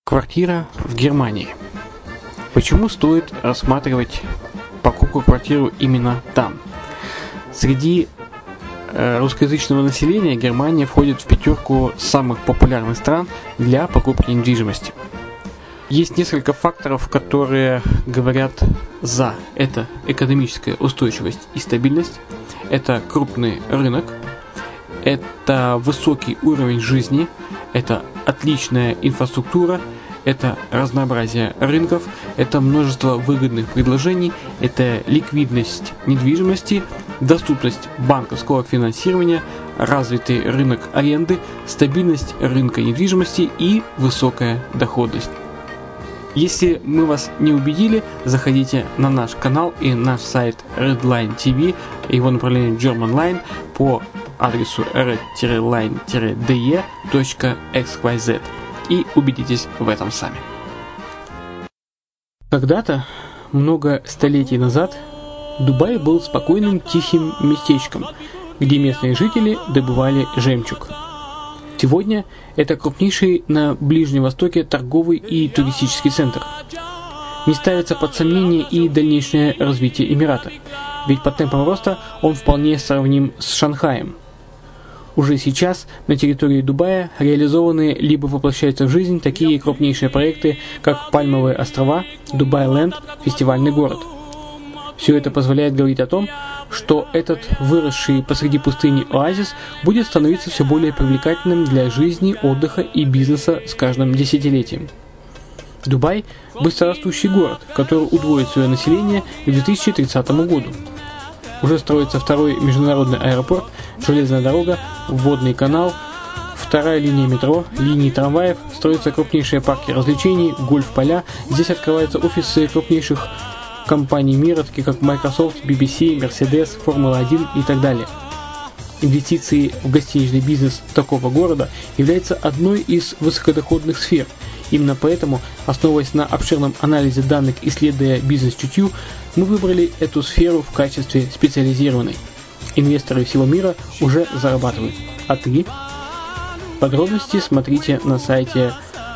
Квартира в Германии. Почему стоит рассматривать покупку квартиры именно там? Среди русскоязычного населения Германия входит в пятерку самых популярных стран для покупки недвижимости. Есть несколько факторов, которые говорят за. Это экономическая устойчивость и стабильность, это крупный рынок, это высокий уровень жизни, это отличная инфраструктура, это разнообразие рынков, это множество выгодных предложений, это ликвидность недвижимости, доступность банковского финансирования, развитый рынок аренды, стабильность рынка недвижимости и высокая доходность. Если мы вас не убедили, заходите на наш канал и наш сайт Redline TV, его направление German Line по адресу red-line-de.xyz и убедитесь в этом сами. Когда-то, много столетий назад, Дубай был спокойным тихим местечком, где местные жители добывали жемчуг. Сегодня это крупнейший на Ближнем Востоке торговый и туристический центр. Не ставится под сомнение и дальнейшее развитие Эмирата, ведь по темпам роста он вполне сравним с Шанхаем. Уже сейчас на территории Дубая реализованы либо воплощаются в жизнь такие крупнейшие проекты, как Пальмовые острова, Дубай-Ленд, фестивальный город. Все это позволяет говорить о том, что этот выросший посреди пустыни оазис будет становиться все более привлекательным для жизни, отдыха и бизнеса с каждым десятилетием. Дубай – быстрорастущий город, который удвоит свое население к 2030 году. Уже строится второй международный аэропорт, железная дорога, водный канал, вторая линия метро, линии трамваев, строятся крупнейшие парки развлечений, гольф-поля. Здесь открываются офисы крупнейших компаний мира, таких как Microsoft, BBC, Mercedes, Формула-1 и так далее. Инвестиции в гостиничный бизнес такого города являются одной из высокодоходных сфер. Именно поэтому, основываясь на обширном анализе данных, исследуя бизнес-чутью, мы выбрали эту сферу в качестве специализированной. Инвесторы всего мира уже зарабатывают. А ты? Подробности смотрите на сайте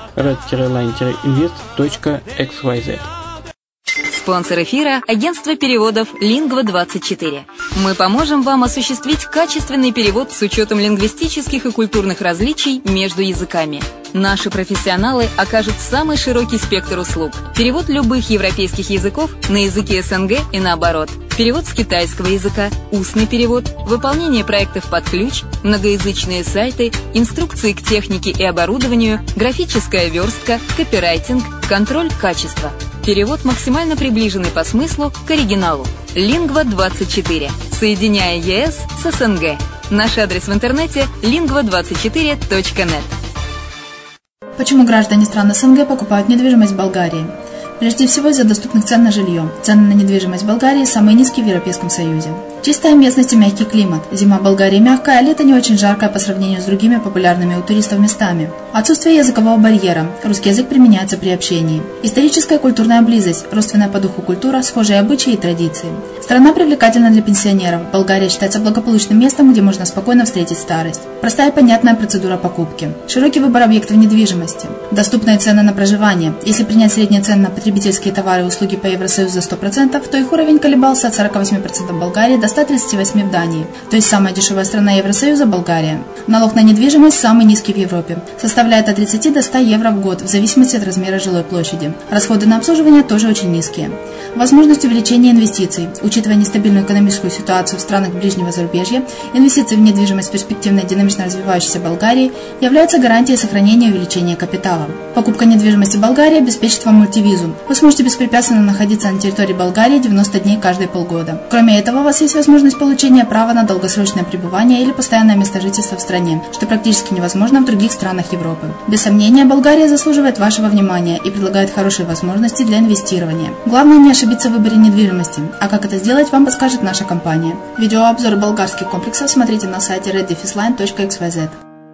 red-line-invest.xyz. Спонсор эфира – агентство переводов Lingva24. Мы поможем вам осуществить качественный перевод с учетом лингвистических и культурных различий между языками. Наши профессионалы окажут самый широкий спектр услуг. Перевод любых европейских языков на языки СНГ и наоборот. Перевод с китайского языка, устный перевод, выполнение проектов под ключ, многоязычные сайты, инструкции к технике и оборудованию, графическая верстка, копирайтинг, контроль качества. Перевод максимально приближенный по смыслу к оригиналу. Lingva24. Соединяя ЕС с СНГ. Наш адрес в интернете lingva24.net. Почему граждане стран СНГ покупают недвижимость в Болгарии? Прежде всего из-за доступных цен на жилье. Цены на недвижимость в Болгарии самые низкие в Европейском Союзе. Чистая местность и мягкий климат. Зима в Болгарии мягкая, а лето не очень жаркое по сравнению с другими популярными у туристов местами. Отсутствие языкового барьера. Русский язык применяется при общении. Историческая и культурная близость. Родственная по духу культура, схожие обычаи и традиции. Страна привлекательна для пенсионеров. Болгария считается благополучным местом, где можно спокойно встретить старость. Простая и понятная процедура покупки. Широкий выбор объектов недвижимости. Доступные цены на проживание. Если принять средние цены на потребительские товары и услуги по Евросоюзу за 100%, то их уровень колебался от 48% в Болгарии до 138% в Дании. То есть самая дешевая страна Евросоюза – Болгария. Налог на недвижимость самый низкий в Европе. Составляет от 30 до 100 евро в год, в зависимости от размера жилой площади. Расходы на обслуживание тоже очень низкие. Возможность увеличения инвестиций. Учитывая нестабильную экономическую ситуацию в странах ближнего зарубежья, инвестиции в недвижимость в перспективной динамично развивающейся Болгарии являются гарантией сохранения и увеличения капитала. Покупка недвижимости в Болгарии обеспечит вам мультивизу. Вы сможете беспрепятственно находиться на территории Болгарии 90 дней каждые полгода. Кроме этого, у вас есть возможность получения права на долгосрочное пребывание или постоянное место жительства в стране, что практически невозможно в других странах Европы. Без сомнения, Болгария заслуживает вашего внимания и предлагает хорошие возможности для инвестирования. Главное не ошибиться в выборе недвижимости, а как это сделать, вам подскажет наша компания. Видеообзор болгарских комплексов смотрите на сайте red-line.xyz.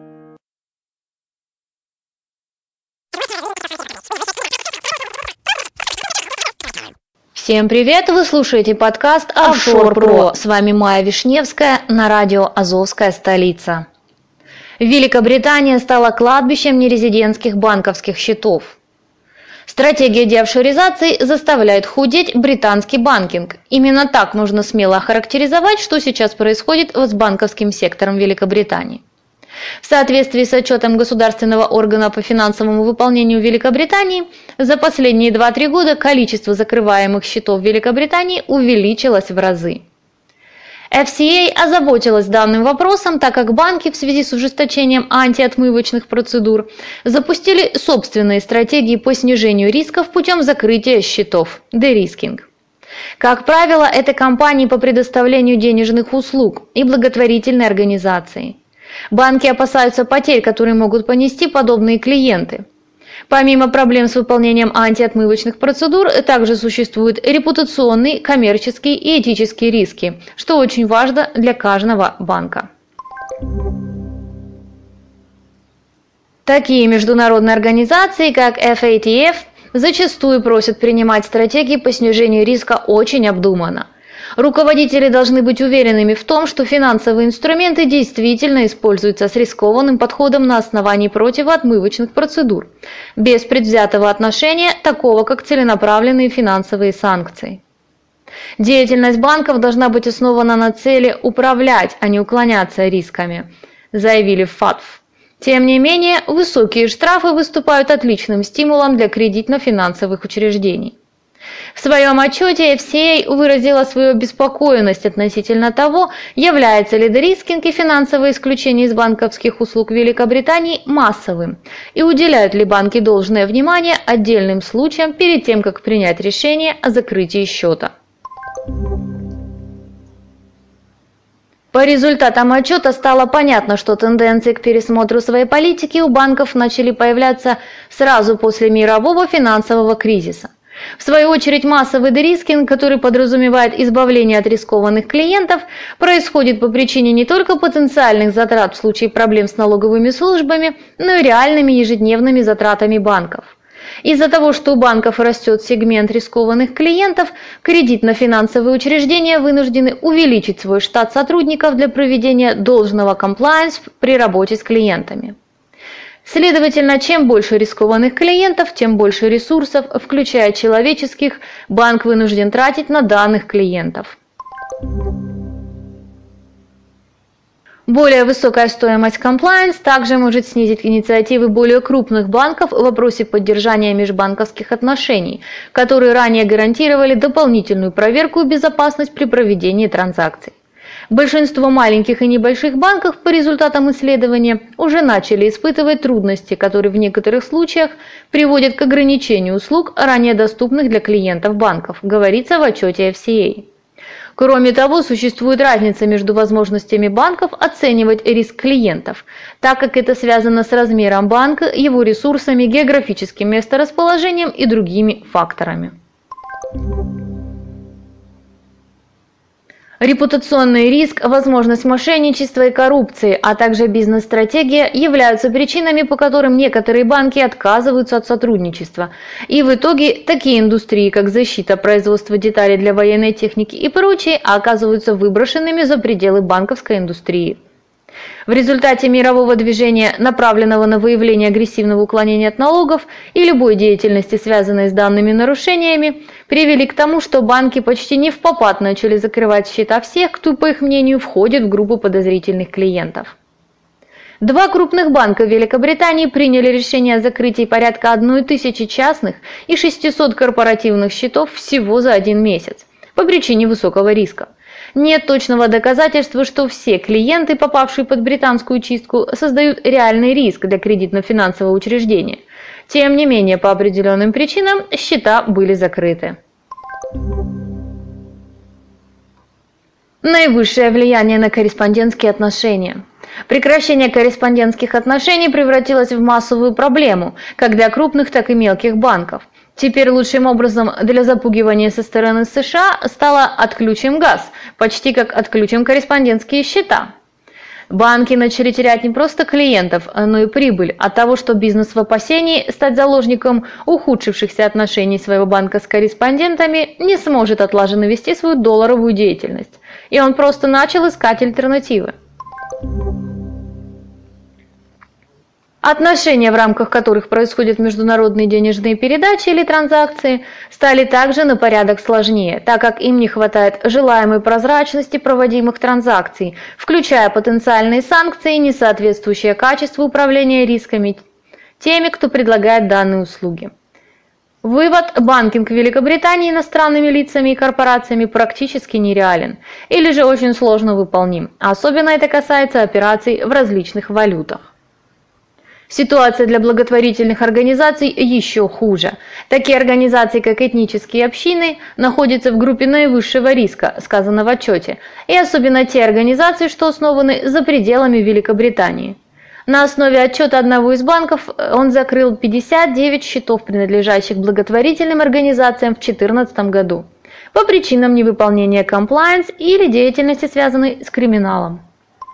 Всем привет! Вы слушаете подкаст Offshore Pro. С вами Майя Вишневская на радио «Азовская столица». Великобритания стала кладбищем нерезидентских банковских счетов. Стратегия деофшоризации заставляет худеть британский банкинг. Именно так можно смело охарактеризовать, что сейчас происходит с банковским сектором Великобритании. В соответствии с отчетом Государственного органа по финансовому выполнению Великобритании, за последние 2-3 года количество закрываемых счетов в Великобритании увеличилось в разы. FCA озаботилась данным вопросом, так как банки в связи с ужесточением антиотмывочных процедур запустили собственные стратегии по снижению рисков путем закрытия счетов – de-risking. Как правило, это компании по предоставлению денежных услуг и благотворительные организации. Банки опасаются потерь, которые могут понести подобные клиенты. Помимо проблем с выполнением антиотмывочных процедур, также существуют репутационные, коммерческие и этические риски, что очень важно для каждого банка. Такие международные организации, как FATF, зачастую просят принимать стратегии по снижению риска очень обдуманно. Руководители должны быть уверенными в том, что финансовые инструменты действительно используются с рискованным подходом на основании противоотмывочных процедур, без предвзятого отношения, такого как целенаправленные финансовые санкции. Деятельность банков должна быть основана на цели управлять, а не уклоняться рисками, заявили в FATF. Тем не менее, высокие штрафы выступают отличным стимулом для кредитно-финансовых учреждений. В своем отчете FCA выразила свою обеспокоенность относительно того, является ли de-risking и финансовое исключение из банковских услуг в Великобритании массовым, и уделяют ли банки должное внимание отдельным случаям перед тем, как принять решение о закрытии счета. По результатам отчета стало понятно, что тенденции к пересмотру своей политики у банков начали появляться сразу после мирового финансового кризиса. В свою очередь, массовый de-risking, который подразумевает избавление от рискованных клиентов, происходит по причине не только потенциальных затрат в случае проблем с налоговыми службами, но и реальными ежедневными затратами банков. Из-за того, что у банков растет сегмент рискованных клиентов, кредитно-финансовые учреждения вынуждены увеличить свой штат сотрудников для проведения должного комплаенс при работе с клиентами. Следовательно, чем больше рискованных клиентов, тем больше ресурсов, включая человеческих, банк вынужден тратить на данных клиентов. Более высокая стоимость compliance также может снизить инициативы более крупных банков в вопросе поддержания межбанковских отношений, которые ранее гарантировали дополнительную проверку и безопасность при проведении транзакций. Большинство маленьких и небольших банков по результатам исследования уже начали испытывать трудности, которые в некоторых случаях приводят к ограничению услуг, ранее доступных для клиентов банков, говорится в отчете FCA. Кроме того, существует разница между возможностями банков оценивать риск клиентов, так как это связано с размером банка, его ресурсами, географическим месторасположением и другими факторами. Репутационный риск, возможность мошенничества и коррупции, а также бизнес-стратегия являются причинами, по которым некоторые банки отказываются от сотрудничества. И в итоге такие индустрии, как защита, производство деталей для военной техники и прочие, оказываются выброшенными за пределы банковской индустрии. В результате мирового движения, направленного на выявление агрессивного уклонения от налогов и любой деятельности, связанной с данными нарушениями, привели к тому, что банки почти невпопад начали закрывать счета всех, кто, по их мнению, входит в группу подозрительных клиентов. 2 крупных банка в Великобритании приняли решение о закрытии порядка 1000 частных и 600 корпоративных счетов всего за 1 месяц по причине высокого риска. Нет точного доказательства, что все клиенты, попавшие под британскую чистку, создают реальный риск для кредитно-финансового учреждения. Тем не менее, по определенным причинам счета были закрыты. Наивысшее влияние на корреспондентские отношения. Прекращение корреспондентских отношений превратилось в массовую проблему, как для крупных, так и мелких банков. Теперь лучшим образом для запугивания со стороны США стало «отключим газ», почти как «отключим корреспондентские счета». Банки начали терять не просто клиентов, но и прибыль от того, что бизнес в опасении стать заложником ухудшившихся отношений своего банка с корреспондентами не сможет отлаженно вести свою долларовую деятельность, и он просто начал искать альтернативы. Отношения, в рамках которых происходят международные денежные передачи или транзакции, стали также на порядок сложнее, так как им не хватает желаемой прозрачности проводимых транзакций, включая потенциальные санкции, несоответствующие качеству управления рисками теми, кто предлагает данные услуги. Вывод: банкинг в Великобритании иностранными лицами и корпорациями практически нереален или же очень сложно выполним, особенно это касается операций в различных валютах. Ситуация для благотворительных организаций еще хуже. Такие организации, как этнические общины, находятся в группе наивысшего риска, сказано в отчете, и особенно те организации, что основаны за пределами Великобритании. На основе отчета одного из банков он закрыл 59 счетов, принадлежащих благотворительным организациям в 2014 году, по причинам невыполнения комплаенс или деятельности, связанной с криминалом.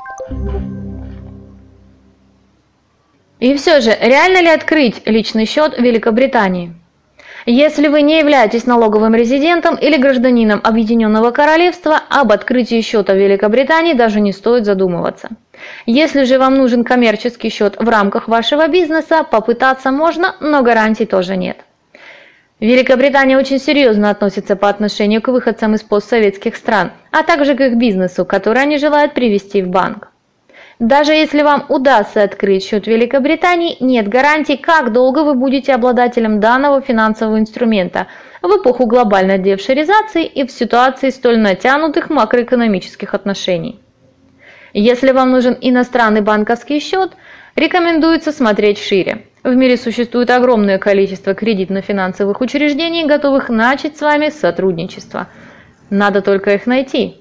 И все же, реально ли открыть личный счет в Великобритании? Если вы не являетесь налоговым резидентом или гражданином Объединенного Королевства, об открытии счета в Великобритании даже не стоит задумываться. Если же вам нужен коммерческий счет в рамках вашего бизнеса, попытаться можно, но гарантий тоже нет. Великобритания очень серьезно относится по отношению к выходцам из постсоветских стран, а также к их бизнесу, который они желают привести в банк. Даже если вам удастся открыть счет в Великобритании, нет гарантий, как долго вы будете обладателем данного финансового инструмента в эпоху глобальной деофшоризации и в ситуации столь натянутых макроэкономических отношений. Если вам нужен иностранный банковский счет, рекомендуется смотреть шире. В мире существует огромное количество кредитно-финансовых учреждений, готовых начать с вами сотрудничество. Надо только их найти.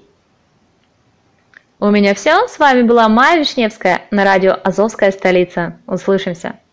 У меня все. С вами была Майя Вишневская на радио «Азовская столица». Услышимся.